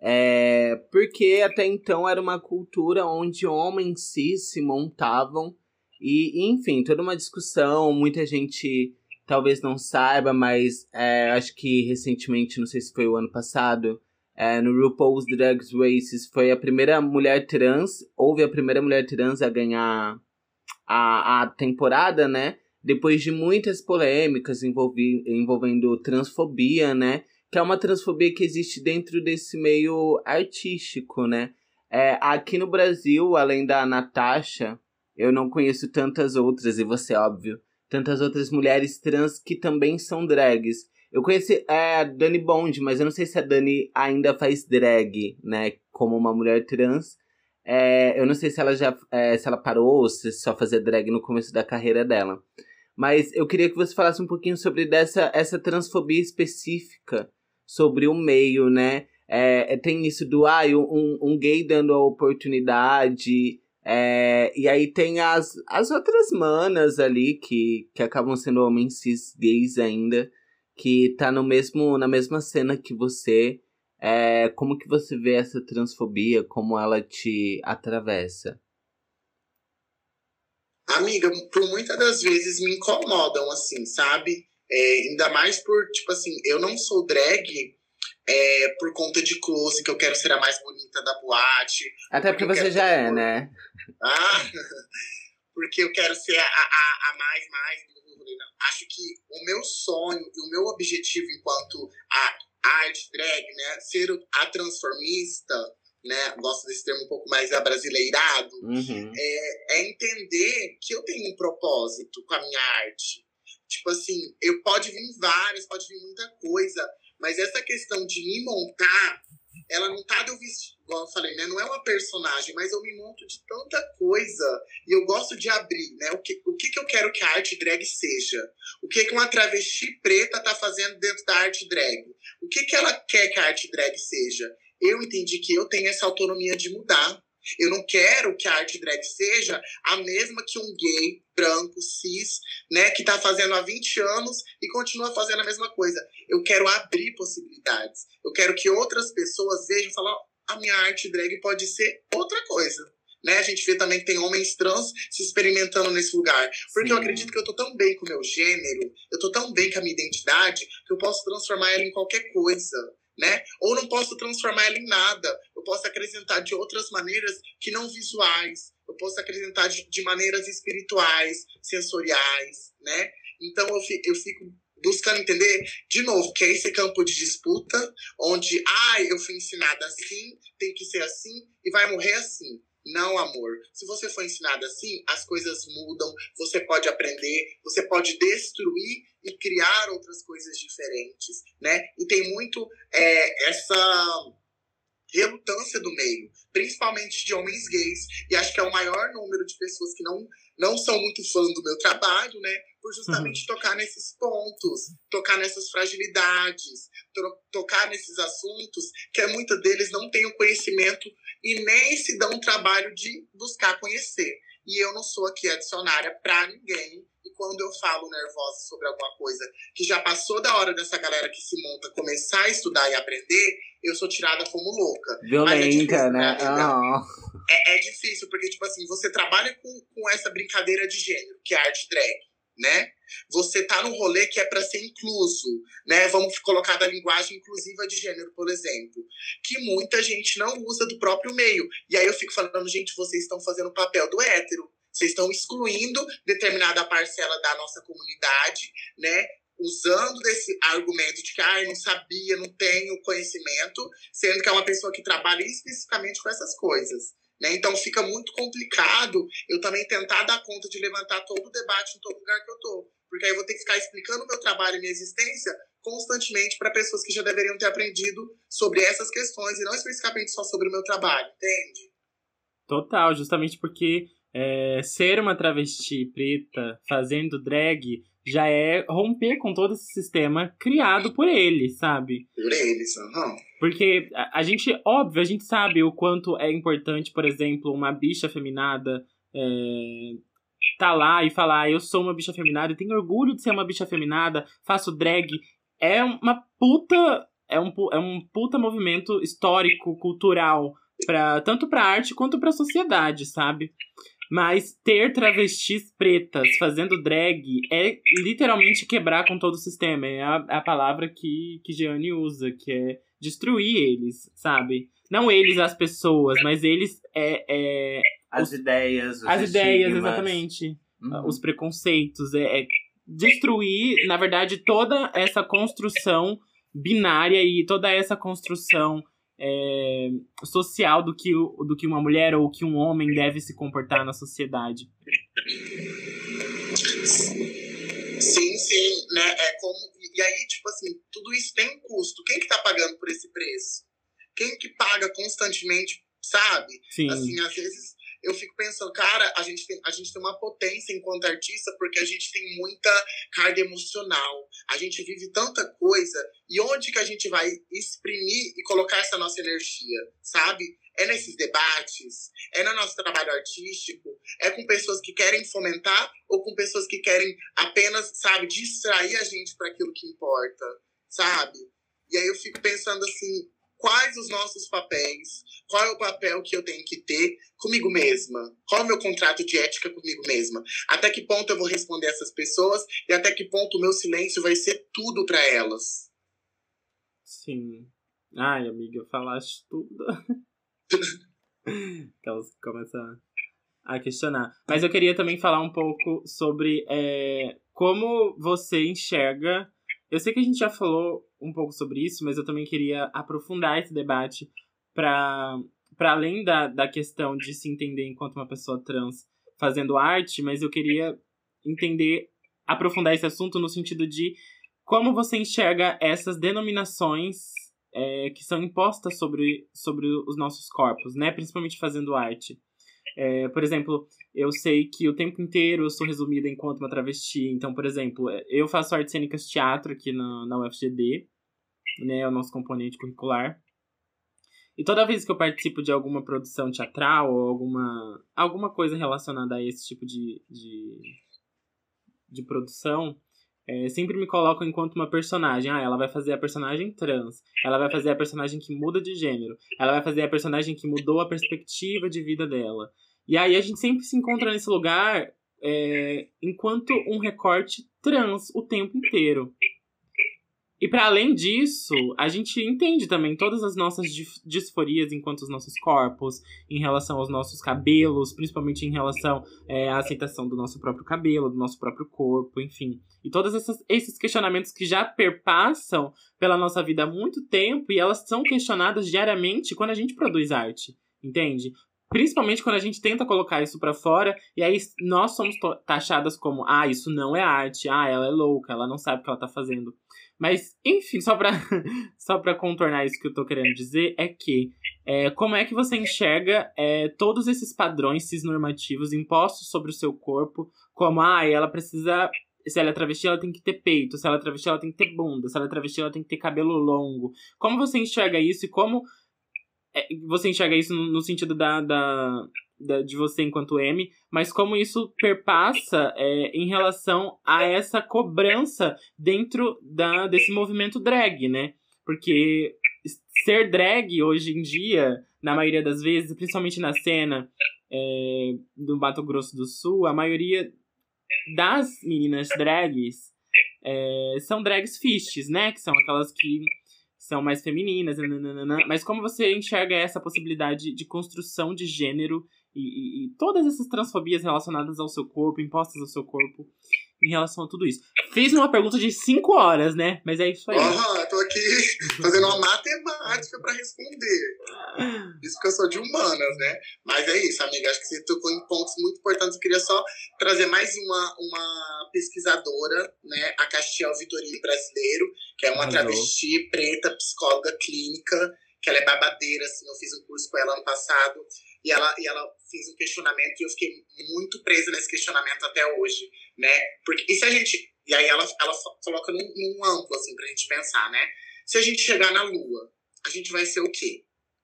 É, porque até então era uma cultura onde homens cis se montavam e, enfim, toda uma discussão, muita gente talvez não saiba, mas é, acho que recentemente, não sei se foi o ano passado, é, no RuPaul's Drag Race, foi a primeira mulher trans, houve a primeira mulher trans a ganhar a, a temporada, né? Depois de muitas polêmicas envolvi, envolvendo transfobia, né? Que é uma transfobia que existe dentro desse meio artístico, né? É, aqui no Brasil, além da Natasha, eu não conheço tantas outras, e você, óbvio, tantas outras mulheres trans que também são drags. Eu conheci é, a Dani Bond, mas eu não sei se a Dani ainda faz drag, né? Como uma mulher trans. É, eu não sei se ela já é, se ela parou ou se só fazia drag no começo da carreira dela. Mas eu queria que você falasse um pouquinho sobre dessa, essa transfobia específica sobre o meio, né? É, tem isso do, ah, um, um gay dando a oportunidade, é, e aí tem as, as outras manas ali que, que acabam sendo homens cis gays ainda, que tá no mesmo, na mesma cena que você. É, como que você vê essa transfobia, como ela te atravessa? Amiga, por muitas das vezes me incomodam, assim, sabe? É, ainda mais por, tipo assim, eu não sou drag é, por conta de close, que eu quero ser a mais bonita da boate. Até porque, porque você já é, né? Ah, porque eu quero ser a, a, a mais, mais... Não. Acho que o meu sonho e o meu objetivo enquanto a arte drag, né? Ser a transformista, né? Gosto desse termo um pouco mais abrasileirado. Uhum. É, é entender que eu tenho um propósito com a minha arte. Tipo assim, eu pode vir vários, pode vir muita coisa, mas essa questão de me montar, ela não tá de eu vestir, igual eu falei, né? Não é uma personagem, mas eu me monto de tanta coisa. E eu gosto de abrir, né? O que, o que, que eu quero que a arte drag seja? O que, que uma travesti preta tá fazendo dentro da arte drag? O que, que ela quer que a arte drag seja? Eu entendi que eu tenho essa autonomia de mudar. Eu não quero que a arte drag seja a mesma que um gay, branco, cis, né, que tá fazendo há vinte anos e continua fazendo a mesma coisa. Eu quero abrir possibilidades. Eu quero que outras pessoas vejam e falem, oh, a minha arte drag pode ser outra coisa. Né? A gente vê também que tem homens trans se experimentando nesse lugar. Porque Sim. eu acredito que eu tô tão bem com o meu gênero, eu tô tão bem com a minha identidade, que eu posso transformar ela em qualquer coisa. Né? Ou não posso transformar ela em nada. Eu posso acrescentar de outras maneiras que não visuais. Eu posso acrescentar de, de maneiras espirituais, sensoriais, né? Então eu fico, eu fico buscando entender, de novo, que é esse campo de disputa, onde, ah, eu fui ensinada assim, tem que ser assim, e vai morrer assim. Não, amor. Se você for ensinado assim, as coisas mudam, você pode aprender, você pode destruir e criar outras coisas diferentes, né? E tem muito é, essa, relutância do meio, principalmente de homens gays, e acho que é o maior número de pessoas que não, não são muito fã do meu trabalho, né, por justamente uhum. tocar nesses pontos, tocar nessas fragilidades, to- tocar nesses assuntos que muitos deles não têm o conhecimento e nem se dão o trabalho de buscar conhecer. E eu não sou aqui adicionária para ninguém. E quando eu falo nervosa sobre alguma coisa que já passou da hora dessa galera que se monta começar a estudar e aprender, eu sou tirada como louca. Violenta, Mas é difícil, né? Oh. É, é difícil, porque, tipo assim, você trabalha com, com essa brincadeira de gênero, que é arte drag, né? Você tá num rolê que é para ser incluso, né? Vamos colocar da linguagem inclusiva de gênero, por exemplo, que muita gente não usa do próprio meio. E aí eu fico falando, gente, vocês estão fazendo o papel do hétero. Vocês estão excluindo determinada parcela da nossa comunidade, né? Usando desse argumento de que ah, eu não sabia, não tenho conhecimento, sendo que é uma pessoa que trabalha especificamente com essas coisas. Né? Então fica muito complicado eu também tentar dar conta de levantar todo o debate em todo lugar que eu tô. Porque aí eu vou ter que ficar explicando o meu trabalho e minha existência constantemente para pessoas que já deveriam ter aprendido sobre essas questões e não especificamente só sobre o meu trabalho, entende? Total, justamente porque é, ser uma travesti preta fazendo drag já é romper com todo esse sistema criado por eles, sabe? Por eles, aham. Uhum. Porque a, a gente, óbvio, a gente sabe o quanto é importante, por exemplo, uma bicha afeminada é, tá lá e falar, eu sou uma bicha afeminada, eu tenho orgulho de ser uma bicha afeminada, faço drag. É uma puta, é um, é um puta movimento histórico, cultural, pra, tanto pra arte quanto pra sociedade, sabe? Mas ter travestis pretas fazendo drag é literalmente quebrar com todo o sistema. É a, a palavra que, que Jeane usa, que é destruir eles, sabe? Não eles, as pessoas, mas eles é... é as os, ideias, os As estigmas. ideias, exatamente. Uhum. Os preconceitos. É, é destruir, na verdade, toda essa construção binária e toda essa construção... É, social do que, do que uma mulher ou que um homem deve se comportar na sociedade. Sim, sim, né? É como, e aí, tipo assim, tudo isso tem um custo. Quem que tá pagando por esse preço? Quem que paga constantemente, sabe? Sim. Assim, às vezes eu fico pensando, cara, a gente, tem, a gente tem uma potência enquanto artista porque a gente tem muita carga emocional. A gente vive tanta coisa. E onde que a gente vai exprimir e colocar essa nossa energia, sabe? É nesses debates? É no nosso trabalho artístico? É com pessoas que querem fomentar ou com pessoas que querem apenas, sabe, distrair a gente para aquilo que importa, sabe? E aí eu fico pensando assim, quais os nossos papéis? Qual é o papel que eu tenho que ter comigo mesma? Qual é o meu contrato de ética comigo mesma? Até que ponto eu vou responder essas pessoas e até que ponto o meu silêncio vai ser tudo para elas? Sim. Ai, amiga, falaste tudo. Que elas começam a questionar. Mas eu queria também falar um pouco sobre é, como você enxerga... Eu sei que a gente já falou um pouco sobre isso, mas eu também queria aprofundar esse debate para para além da, da questão de se entender enquanto uma pessoa trans fazendo arte, mas eu queria entender, aprofundar esse assunto no sentido de como você enxerga essas denominações é, que são impostas sobre, sobre os nossos corpos, né? Principalmente fazendo arte. É, por exemplo, eu sei que o tempo inteiro eu sou resumida enquanto uma travesti. Então, por exemplo, eu faço artes cênicas teatro aqui na, na U F G D, né? É o nosso componente curricular. E toda vez que eu participo de alguma produção teatral ou alguma, alguma coisa relacionada a esse tipo de, de, de produção, é, sempre me colocam enquanto uma personagem. Ah, ela vai fazer a personagem trans. Ela vai fazer a personagem que muda de gênero. Ela vai fazer a personagem que mudou a perspectiva de vida dela. E aí a gente sempre se encontra nesse lugar é, enquanto um recorte trans o tempo inteiro. E para além disso, a gente entende também todas as nossas disforias enquanto os nossos corpos, em relação aos nossos cabelos, principalmente em relação é, à aceitação do nosso próprio cabelo, do nosso próprio corpo, enfim. E todos essas, esses questionamentos que já perpassam pela nossa vida há muito tempo e elas são questionadas diariamente quando a gente produz arte, entende? Principalmente quando a gente tenta colocar isso pra fora, e aí nós somos taxadas como, ah, isso não é arte, ah, ela é louca, ela não sabe o que ela tá fazendo. Mas, enfim, só pra, só pra contornar isso que eu tô querendo dizer, é que é, como é que você enxerga é, todos esses padrões cisnormativos impostos sobre o seu corpo, como, ah, ela precisa, se ela é travesti, ela tem que ter peito, se ela é travesti, ela tem que ter bunda, se ela é travesti, ela tem que ter cabelo longo. Como você enxerga isso e como é, você enxerga isso no, no sentido da, da, da, de você enquanto M, mas como isso perpassa é, em relação a essa cobrança dentro da, desse movimento drag, né? Porque ser drag hoje em dia, na maioria das vezes, principalmente na cena é, do Mato Grosso do Sul, a maioria das meninas drags é, são drags fishes, né? Que são aquelas que são mais femininas, nananana. Mas como você enxerga essa possibilidade de construção de gênero e, e, e todas essas transfobias relacionadas ao seu corpo, impostas ao seu corpo, em relação a tudo isso? Fiz uma pergunta de cinco horas, né? Mas é isso aí. Aham, tô aqui fazendo uma matemática pra responder. Isso porque eu sou de humanas, né? Mas é isso, amiga. Acho que você tocou em pontos muito importantes. Eu queria só trazer mais uma, uma pesquisadora, né? A Castiel Vitorino Brasileiro, que é uma Arrasou. travesti, preta, psicóloga clínica, que ela é babadeira, assim. Eu fiz um curso com ela ano passado. E ela, e ela fez um questionamento e eu fiquei muito presa nesse questionamento até hoje, né? Porque, e se a gente... E aí ela, ela coloca num, num amplo, assim, pra gente pensar, né? Se a gente chegar na Lua, a gente vai ser o quê?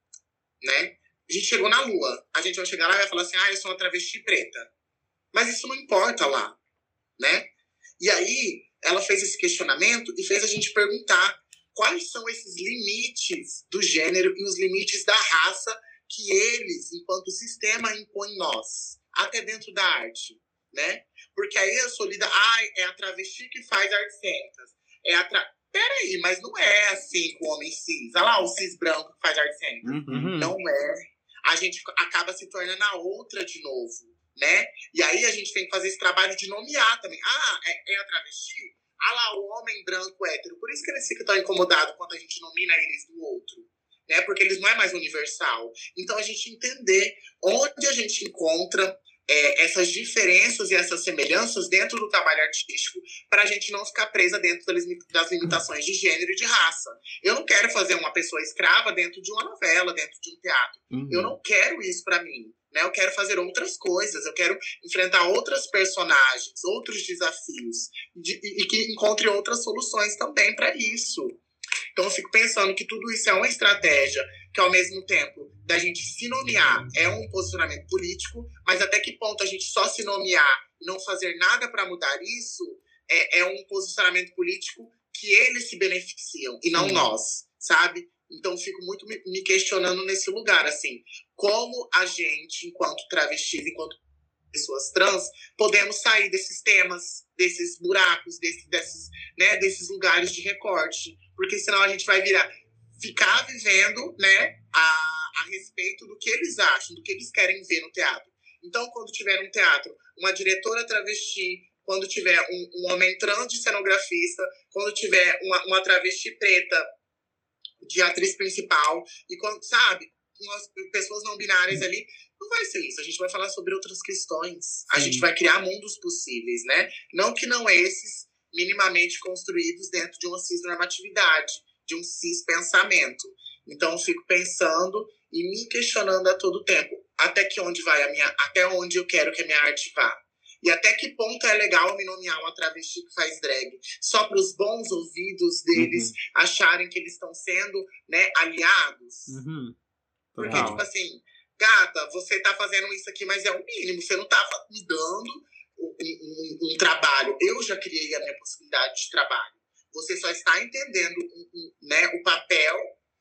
Né? A gente chegou na Lua, a gente vai chegar lá e vai falar assim, ah, eu sou uma travesti preta. Mas isso não importa lá, né? E aí ela fez esse questionamento e fez a gente perguntar quais são esses limites do gênero e os limites da raça que eles, enquanto sistema, impõem em nós, até dentro da arte, né? Porque aí eu sou lida, ah, é a travesti que faz artes cênicas. É a tra... Peraí, mas não é assim com o homem cis. Olha lá, o cis branco que faz artes cênicas. Uhum. Não é. A gente acaba se tornando a outra de novo, né? E aí a gente tem que fazer esse trabalho de nomear também. Ah, é, é a travesti? Ah lá, o homem branco hétero. Por isso que eles ficam tão incomodados quando a gente nomina eles do outro. Né? Porque eles não é mais universal. Então a gente entender onde a gente encontra é, essas diferenças e essas semelhanças dentro do trabalho artístico para a gente não ficar presa dentro das limitações de gênero e de raça. Eu não quero fazer uma pessoa escrava dentro de uma novela, dentro de um teatro. Uhum. Eu não quero isso para mim. Né? Eu quero fazer outras coisas, eu quero enfrentar outras personagens, outros desafios de, e, e que encontre outras soluções também para isso. Então eu fico pensando que tudo isso é uma estratégia que, ao mesmo tempo da gente se nomear, é um posicionamento político, mas até que ponto a gente só se nomear e não fazer nada para mudar isso é, é um posicionamento político que eles se beneficiam e não Sim. nós, sabe? Então eu fico muito me, me questionando nesse lugar, assim, como a gente, enquanto travestis, enquanto pessoas trans, podemos sair desses temas, desses buracos, desse, desses, né, desses lugares de recorte. Porque senão a gente vai virar, ficar vivendo, né, a, a respeito do que eles acham, do que eles querem ver no teatro. Então, quando tiver um teatro, uma diretora travesti, quando tiver um, um homem trans de cenografista, quando tiver uma, uma travesti preta de atriz principal, e quando, sabe, umas pessoas não binárias ali, não vai ser isso. A gente vai falar sobre outras questões. A Sim. gente vai criar mundos possíveis, né? Não que não esses minimamente construídos dentro de uma cisnormatividade, de um cis-pensamento. Então, eu fico pensando e me questionando a todo tempo. Até que onde vai a minha... Até onde eu quero que a minha arte vá. E até que ponto é legal me nomear uma travesti que faz drag. Só para os bons ouvidos deles uhum. acharem que eles estão sendo, né, aliados. Uhum. Porque, tipo assim, gata, você tá fazendo isso aqui, mas é o mínimo. Você não tá me dando um, um, um trabalho. Eu já criei a minha possibilidade de trabalho. Você só está entendendo um, um, né, o papel,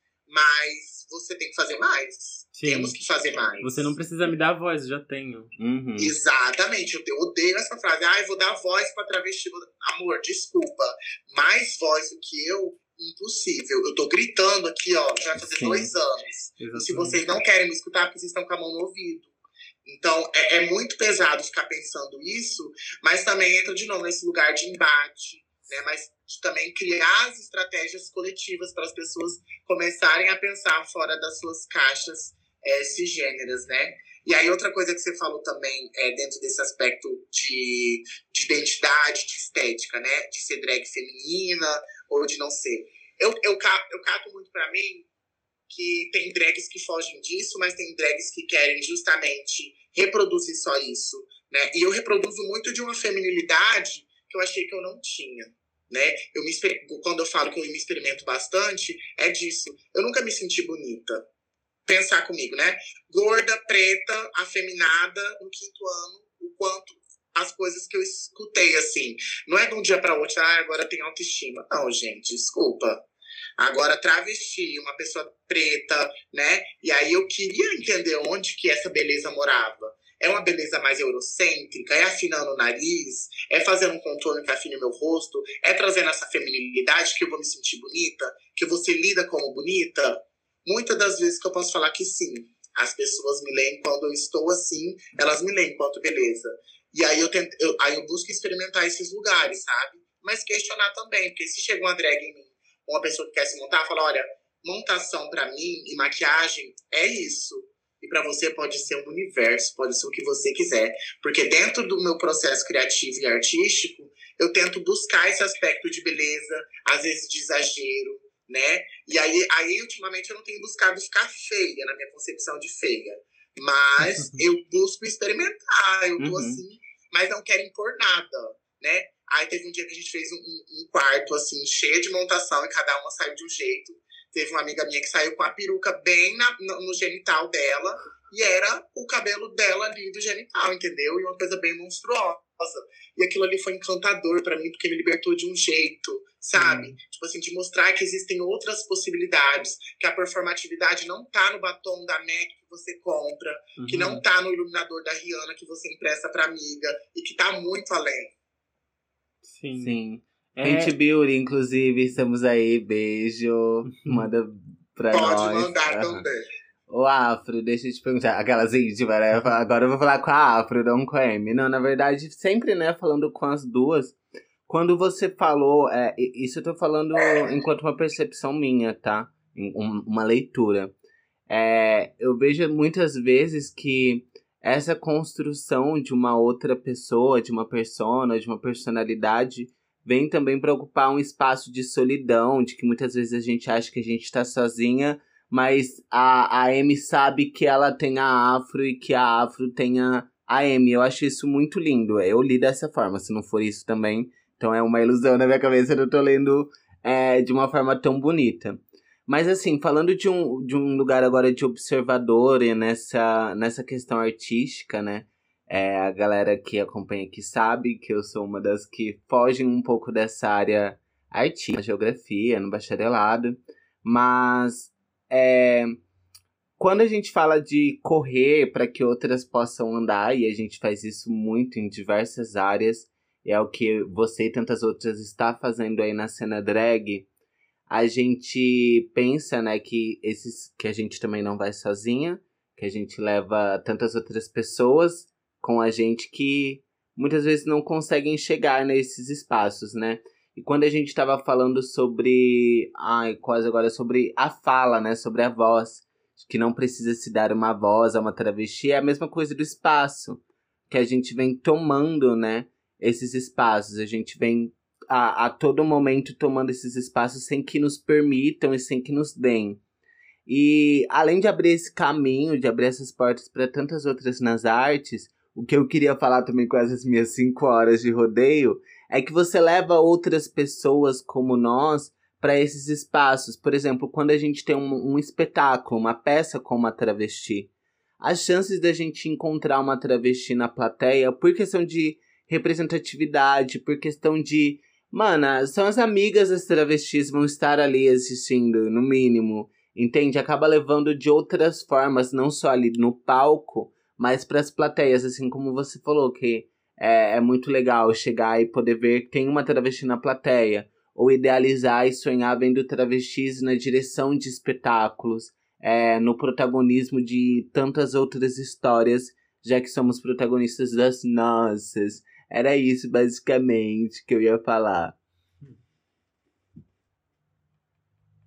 mas você tem que fazer mais. Sim. Temos que fazer mais. Você não precisa me dar voz, eu já tenho. Uhum. Exatamente. Eu odeio essa frase. Ah, eu vou dar voz pra travesti. Amor, desculpa. Mais voz do que eu, impossível. Eu tô gritando aqui, ó, já vai fazer Sim. dois anos. Exatamente. E se vocês não querem me escutar, porque vocês estão com a mão no ouvido. Então, é, é muito pesado ficar pensando isso, mas também entra de novo nesse lugar de embate, né? Mas de também criar as estratégias coletivas para as pessoas começarem a pensar fora das suas caixas é, cisgêneras, né? E aí, outra coisa que você falou também, é dentro desse aspecto de, de identidade, de estética, né? De ser drag feminina ou de não ser. Eu, eu, ca- eu cato muito pra mim que tem drags que fogem disso, mas tem drags que querem justamente reproduzir só isso, né? E eu reproduzo muito de uma feminilidade que eu achei que eu não tinha, né? Eu me, exper- quando eu falo que eu me experimento bastante, é disso. Eu nunca me senti bonita. Pensar comigo, né? Gorda, preta, afeminada, no quinto ano, o quanto as coisas que eu escutei, assim. Não é de um dia para outro, ah, agora tem autoestima. Não, gente, desculpa. Agora, travesti, uma pessoa preta, né? E aí eu queria entender onde que essa beleza morava. É uma beleza mais eurocêntrica? É afinando o nariz? É fazendo um contorno que afine meu rosto? É trazendo essa feminilidade que eu vou me sentir bonita? Que você lida como bonita? Muitas das vezes que eu posso falar que sim. As pessoas me leem quando eu estou assim, elas me leem enquanto beleza. E aí eu, tento, eu, aí eu busco experimentar esses lugares, sabe? Mas questionar também, porque se chega uma drag em mim, uma pessoa que quer se montar, fala, olha, montação pra mim e maquiagem é isso. E pra você pode ser um universo, pode ser o que você quiser. Porque dentro do meu processo criativo e artístico, eu tento buscar esse aspecto de beleza, às vezes de exagero, né? E aí, aí, ultimamente, eu não tenho buscado ficar feia, na minha concepção de feia. Mas eu busco experimentar, eu tô Uhum. assim, mas não quero impor nada, né? Aí teve um dia que a gente fez um, um quarto, assim, cheio de montação e cada uma saiu de um jeito. Teve uma amiga minha que saiu com a peruca bem na, no, no genital dela e era o cabelo dela ali do genital, entendeu? E uma coisa bem monstruosa. E aquilo ali foi encantador pra mim, porque me libertou de um jeito, sabe? Hum. Tipo assim, de mostrar que existem outras possibilidades, que a performatividade não tá no batom da MAC que você compra, Uhum. que não tá no iluminador da Rihanna que você empresta pra amiga, e que tá muito além. Sim. Sim. É, Fenty Beauty, inclusive, estamos aí. Beijo. Manda pra Pode nós. mandar Aham. também. Ô, Afro, deixa eu te perguntar. Aquelas íntimas, né? Agora eu vou falar com a Afro, não com a Amy. Não, na verdade, sempre, né, falando com as duas. Quando você falou, é, i- isso eu tô falando enquanto uma percepção minha, tá? Em- um- Uma leitura. É, eu vejo muitas vezes que essa construção de uma outra pessoa, de uma persona, de uma personalidade, vem também para ocupar um espaço de solidão, de que muitas vezes a gente acha que a gente está sozinha, mas a, a Amy sabe que ela tem a Afro e que a Afro tem a, a Amy. Eu acho isso muito lindo. Eu li dessa forma, se não for isso também. Então é uma ilusão na minha cabeça, eu não tô lendo é, de uma forma tão bonita. Mas assim, falando de um, de um lugar agora de observador e nessa, nessa questão artística, né? É, a galera que acompanha aqui sabe que eu sou uma das que fogem um pouco dessa área artística, na geografia, no bacharelado. Mas é, quando a gente fala de correr para que outras possam andar, e a gente faz isso muito em diversas áreas, é o que você e tantas outras está fazendo aí na cena drag, a gente pensa, né, que esses que a gente também não vai sozinha, que a gente leva tantas outras pessoas com a gente que muitas vezes não conseguem chegar nesses espaços, né? E quando a gente estava falando sobre, ai, quase agora sobre a fala, né, sobre a voz, que não precisa se dar uma voz a uma travesti, é a mesma coisa do espaço, que a gente vem tomando, né, esses espaços, a gente vem a, a todo momento tomando esses espaços sem que nos permitam e sem que nos deem. E além de abrir esse caminho, de abrir essas portas para tantas outras nas artes, o que eu queria falar também com essas minhas cinco horas de rodeio é que você leva outras pessoas como nós para esses espaços. Por exemplo, quando a gente tem um, um espetáculo, uma peça com uma travesti, as chances da gente encontrar uma travesti na plateia, por questão de representatividade, por questão de... Mano, são as amigas das travestis vão estar ali assistindo, no mínimo. Entende? Acaba levando de outras formas, não só ali no palco, mas para as plateias, assim como você falou, que é, é muito legal chegar e poder ver que tem uma travesti na plateia, ou idealizar e sonhar vendo travestis na direção de espetáculos, é, no protagonismo de tantas outras histórias, já que somos protagonistas das nossas. Era isso, basicamente, que eu ia falar.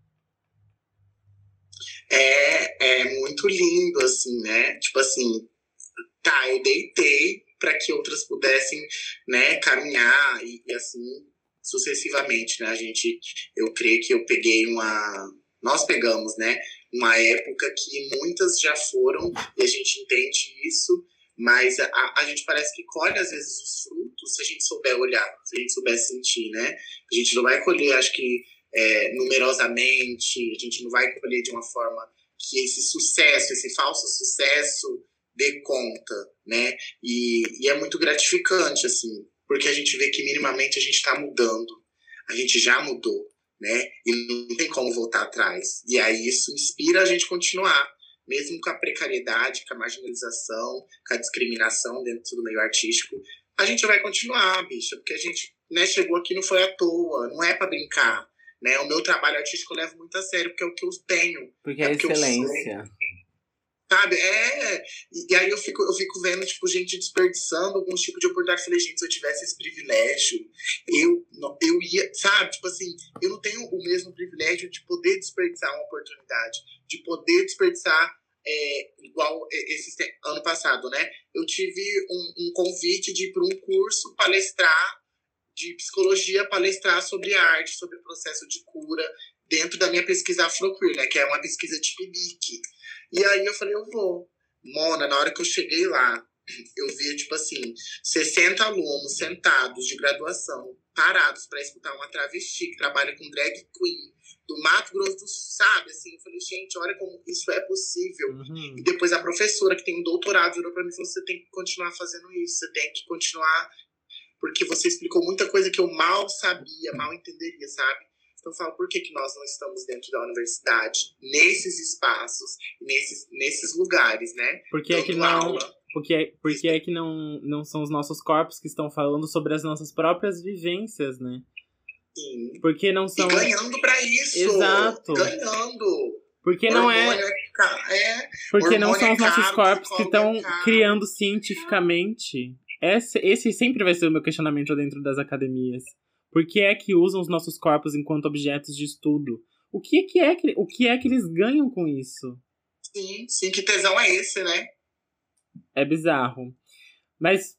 É, é muito lindo, assim, né? Tipo assim, tá, eu deitei para que outras pudessem, né, caminhar e, e assim sucessivamente, né? A gente, eu creio que eu peguei uma, nós pegamos, né, uma época que muitas já foram e a gente entende isso, mas a, a gente parece que colhe às vezes os frutos se a gente souber olhar, se a gente souber sentir, né? A gente não vai colher, acho que é, numerosamente, a gente não vai colher de uma forma que esse sucesso, esse falso sucesso dê conta, né? E, e é muito gratificante, assim, porque a gente vê que minimamente a gente está mudando. A gente já mudou, né? E não tem como voltar atrás. E aí isso inspira a gente a continuar, mesmo com a precariedade, com a marginalização, com a discriminação dentro do meio artístico. A gente vai continuar, bicha, porque a gente, né, chegou aqui não foi à toa, não é para brincar, né? O meu trabalho artístico eu levo muito a sério, porque é o que eu tenho. Porque é, é excelência. Sabe? É. E, e aí eu fico, eu fico vendo, tipo, gente desperdiçando algum tipo de oportunidade. Eu falei, gente, se eu tivesse esse privilégio, eu, eu ia, sabe? Tipo assim, eu não tenho o mesmo privilégio de poder desperdiçar uma oportunidade, de poder desperdiçar, é, igual esse ano passado, né? Eu tive um, um convite de ir para um curso palestrar, de psicologia, palestrar sobre arte, sobre o processo de cura, dentro da minha pesquisa afroqueer, né? Que é uma pesquisa de P I B I C. E aí eu falei, eu vou. Mona, na hora que eu cheguei lá, eu via, tipo assim, sessenta alunos sentados de graduação, parados para escutar uma travesti que trabalha com drag queen, do Mato Grosso do Sul, sabe? Assim, eu falei, gente, olha como isso é possível. Uhum. E depois a professora, que tem um doutorado, virou para mim e falou, você tem que continuar fazendo isso, você tem que continuar, porque você explicou muita coisa que eu mal sabia, mal entenderia, sabe? Então eu falo, por que, que nós não estamos dentro da universidade, nesses espaços, nesses, nesses lugares, né? Porque é que não, porque é, porque é que não, não são os nossos corpos que estão falando sobre as nossas próprias vivências, né? Sim. Porque não são... E ganhando pra isso. Exato. Ganhando. Porque não é... é porque não são é os nossos caro, corpos que estão é criando cientificamente. Esse, esse sempre vai ser o meu questionamento dentro das academias. Por que é que usam os nossos corpos enquanto objetos de estudo? O que, que é que, o que é que eles ganham com isso? Sim, sim, que tesão é esse, né? É bizarro. Mas,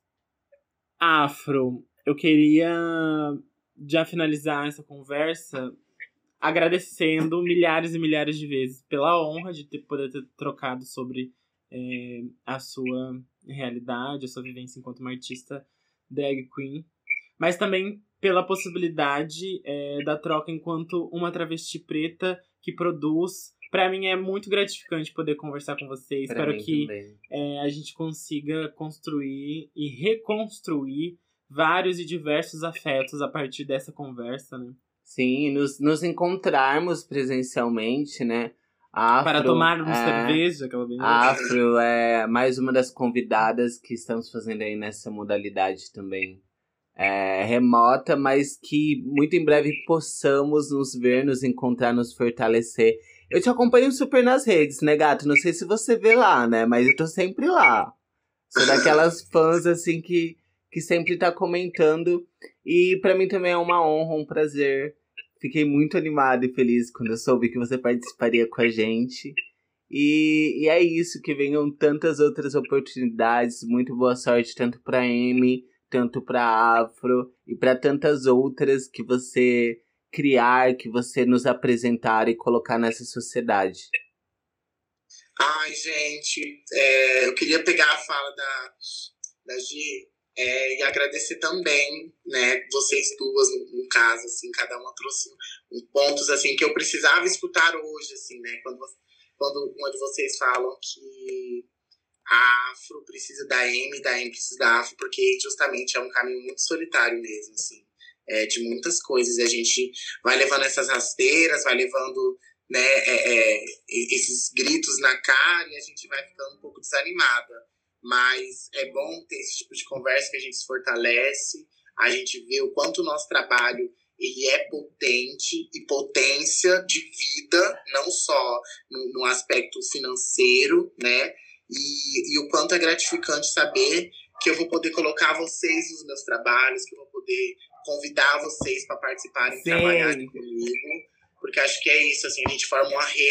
Afro, eu queria já finalizar essa conversa agradecendo milhares e milhares de vezes pela honra de ter, poder ter trocado sobre é, a sua realidade, a sua vivência enquanto uma artista drag queen. Mas também pela possibilidade é, da troca enquanto uma travesti preta que produz. Pra mim é muito gratificante poder conversar com vocês. Pra Espero que é, a gente consiga construir e reconstruir vários e diversos afetos a partir dessa conversa, né? Sim, nos, nos encontrarmos presencialmente, né? A Afro, Para tomarmos é, cerveja, aquela vez. A Afro é mais uma das convidadas que estamos fazendo aí nessa modalidade também. É, remota, mas que muito em breve possamos nos ver, nos encontrar, nos fortalecer. Eu te acompanho super nas redes, né, gato? Não sei se você vê lá, né? Mas eu tô sempre lá. Sou daquelas fãs, assim, que, que sempre tá comentando. E pra mim também é uma honra, um prazer. Fiquei muito animada e feliz quando eu soube que você participaria com a gente. E, e é isso, que venham tantas outras oportunidades. Muito boa sorte, tanto pra Amy, tanto pra Afro e pra tantas outras que você criar, que você nos apresentar e colocar nessa sociedade. Ai, gente, é, eu queria pegar a fala da, da Gi é, e agradecer também, né, vocês duas, no, no caso, assim, cada uma trouxe um, pontos, assim, que eu precisava escutar hoje, assim, né, quando, quando uma de vocês falam que a Afro precisa da Amy, da Amy precisa da Afro, porque justamente é um caminho muito solitário mesmo, assim, é, de muitas coisas. E a gente vai levando essas rasteiras, vai levando, né, é, é, esses gritos na cara e a gente vai ficando um pouco desanimada. Mas é bom ter esse tipo de conversa que a gente se fortalece, a gente vê o quanto o nosso trabalho ele é potente e potência de vida, não só no, no aspecto financeiro, né? E, e o quanto é gratificante saber que eu vou poder colocar vocês nos meus trabalhos, que eu vou poder convidar vocês para participarem, Sim. trabalharem comigo, porque acho que é isso, assim, a gente forma uma rede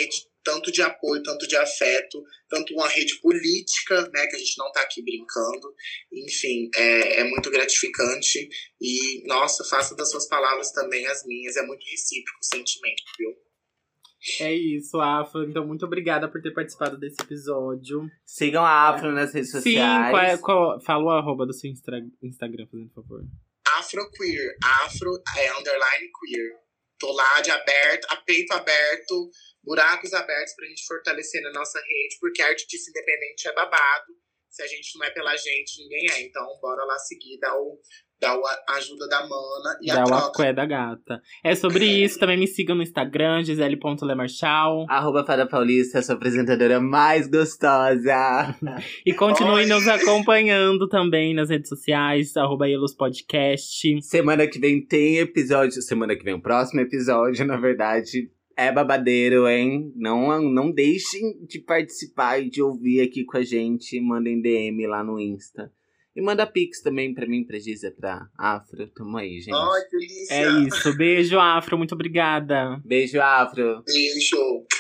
tanto de apoio, tanto de afeto, tanto uma rede política, né, que a gente não tá aqui brincando. Enfim, é, é muito gratificante. E, nossa, faça das suas palavras também as minhas. É muito recíproco o sentimento, viu? É isso, Afro. Então, muito obrigada por ter participado desse episódio. Sigam a Afro nas redes Sim, sociais. qual é, qual, fala o arroba do seu instra, Instagram, fazendo favor. Afroqueer. Afro é underline queer. Tô lá de aberto, a peito aberto, buracos abertos pra gente fortalecer na nossa rede, porque a artista independente é babado. Se a gente não é pela gente, ninguém é. Então, bora lá seguir, dar, o, dar o, a ajuda da mana e Dá a o troca. aqué da gata. É sobre isso. Também me sigam no Instagram, gisele ponto lemarchal. Arroba Fada Paulista, sua apresentadora mais gostosa. E continue Oi. nos acompanhando também nas redes sociais, arroba Elos Podcast. Semana que vem tem episódio. Semana que vem, o próximo episódio, na verdade, é babadeiro, hein? Não, não deixem de participar e de ouvir aqui com a gente. Mandem D M lá no Insta. E manda pix também pra mim, pra Giza, pra Afro. Tamo aí, gente. Ai, que delícia. É isso. Beijo, Afro. Muito obrigada. Beijo, Afro. Beijo.